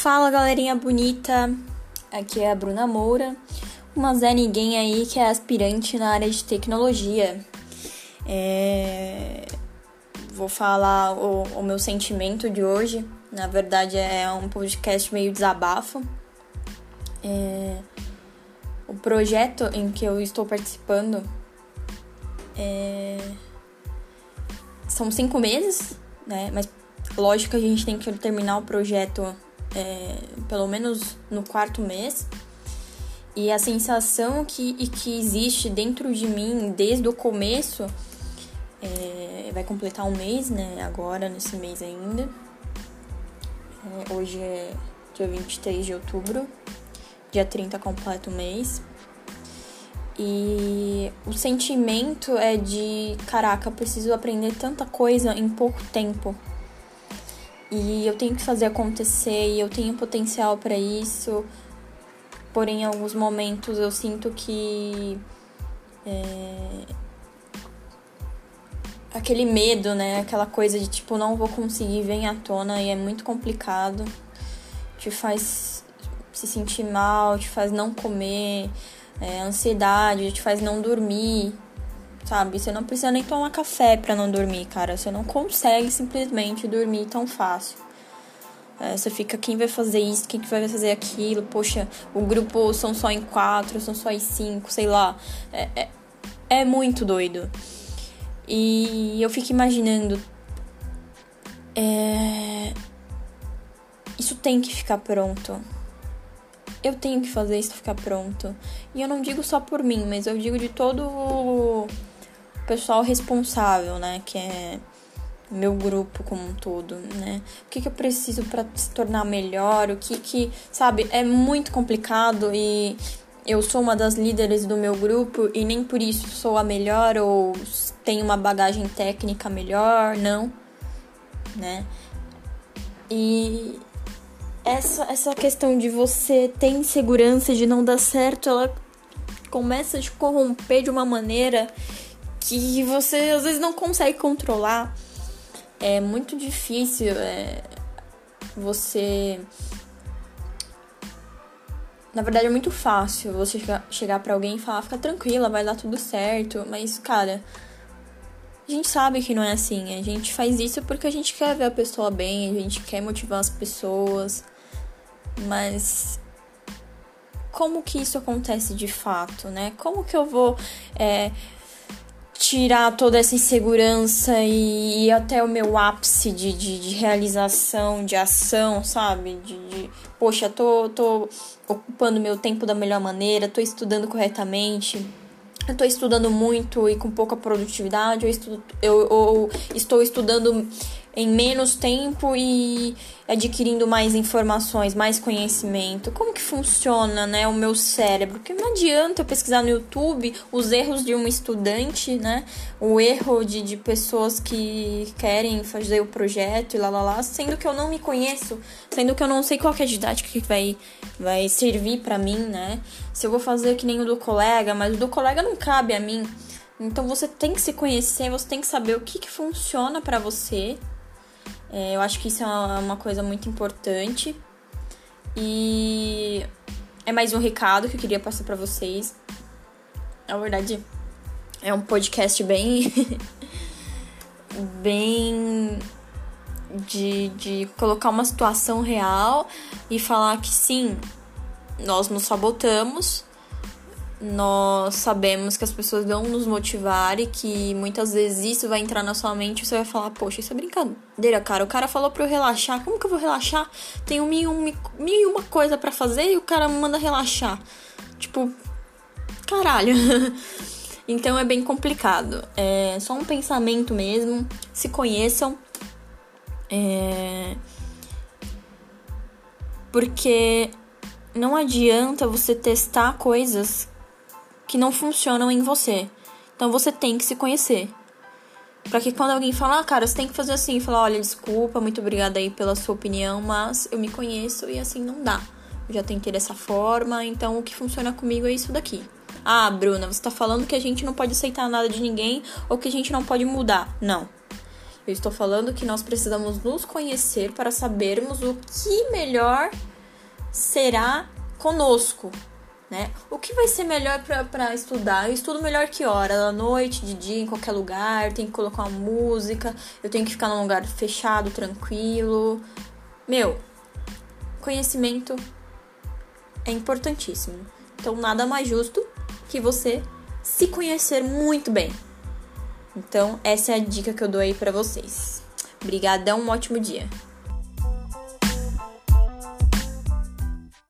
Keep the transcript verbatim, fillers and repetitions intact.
Fala, galerinha bonita, aqui é a Bruna Moura, uma Zé Ninguém aí que é aspirante na área de tecnologia. É... Vou falar o, o meu sentimento de hoje, na verdade é um podcast meio desabafo. É... O projeto em que eu estou participando é... são cinco meses, né? Mas lógico que a gente tem que terminar o projeto É, pelo menos no quarto mês. E a sensação que, que existe dentro de mim desde o começo, é, vai completar um mês, né? Agora, nesse mês ainda. É, hoje é dia vinte e três de outubro, dia trinta completa o mês. E o sentimento é de, caraca, eu preciso aprender tanta coisa em pouco tempo. E eu tenho que fazer acontecer, e eu tenho potencial para isso. Porém, em alguns momentos eu sinto que é, aquele medo, né? Aquela coisa de tipo, não vou conseguir, vem à tona e é muito complicado. Te faz se sentir mal, te faz não comer, é, ansiedade, te faz não dormir. Sabe, você não precisa nem tomar café pra não dormir, cara. Você não consegue simplesmente dormir tão fácil. É, você fica, quem vai fazer isso, quem que vai fazer aquilo? Poxa, o grupo são só em quatro, são só em cinco, sei lá. É, é, é muito doido. E eu fico imaginando... É, isso tem que ficar pronto. Eu tenho que fazer isso ficar pronto. E eu não digo só por mim, mas eu digo de todo o pessoal responsável, né? Que é meu grupo como um todo, né? O que que eu preciso pra se tornar melhor? O que que... Sabe, é muito complicado e eu sou uma das líderes do meu grupo e nem por isso sou a melhor ou tenho uma bagagem técnica melhor, não. Né? E... Essa, essa questão de você ter insegurança de não dar certo, ela começa a te corromper de uma maneira que você às vezes não consegue controlar. É muito difícil é, você... Na verdade é muito fácil você chegar, chegar pra alguém e falar, fica tranquila, vai dar tudo certo. Mas, cara, a gente sabe que não é assim. A gente faz isso porque a gente quer ver a pessoa bem, a gente quer motivar as pessoas. Mas como que isso acontece de fato, né? Como que eu vou é, tirar toda essa insegurança e ir até o meu ápice de, de, de realização, de ação, sabe? De, de poxa, tô, tô ocupando meu tempo da melhor maneira, tô estudando corretamente, eu tô estudando muito e com pouca produtividade, eu, estudo, eu, eu estou estudando em menos tempo e adquirindo mais informações, mais conhecimento. Como que funciona, né, o meu cérebro? Porque não adianta eu pesquisar no YouTube os erros de um estudante, né? O erro de, de pessoas que querem fazer o projeto e lá, lá, lá, sendo que eu não me conheço, sendo que eu não sei qual que é a didática que vai, vai servir pra mim, né? Se eu vou fazer que nem o do colega, mas o do colega não cabe a mim. Então você tem que se conhecer, você tem que saber o que que funciona pra você. É, eu acho que isso é uma, uma coisa muito importante. E é mais um recado que eu queria passar pra vocês. Na verdade, é um podcast bem... bem... De, de colocar uma situação real e falar que sim, nós nos sabotamos. Nós sabemos que as pessoas vão nos motivar e que muitas vezes isso vai entrar na sua mente e você vai falar, poxa, isso é brincadeira, cara. O cara falou pra eu relaxar, como que eu vou relaxar? Tenho mil, mil, mil e uma coisa pra fazer e o cara me manda relaxar. Tipo, caralho. Então é bem complicado. É só um pensamento mesmo. Se conheçam. É... Porque não adianta você testar coisas que não funcionam em você. Então você tem que se conhecer. Pra que quando alguém falar, ah, cara, você tem que fazer assim, falar, olha, desculpa, muito obrigada aí pela sua opinião, mas eu me conheço e assim não dá. Eu já tentei dessa forma, então o que funciona comigo é isso daqui. Ah, Bruna, você tá falando que a gente não pode aceitar nada de ninguém ou que a gente não pode mudar. Não. Eu estou falando que nós precisamos nos conhecer para sabermos o que melhor será conosco, né? O que vai ser melhor para estudar? Eu estudo melhor que hora? À noite, de dia, em qualquer lugar, eu tenho que colocar uma música, eu tenho que ficar num lugar fechado, tranquilo. Meu, conhecimento é importantíssimo. Então, nada mais justo que você se conhecer muito bem. Então, essa é a dica que eu dou aí pra vocês. Obrigadão, um ótimo dia.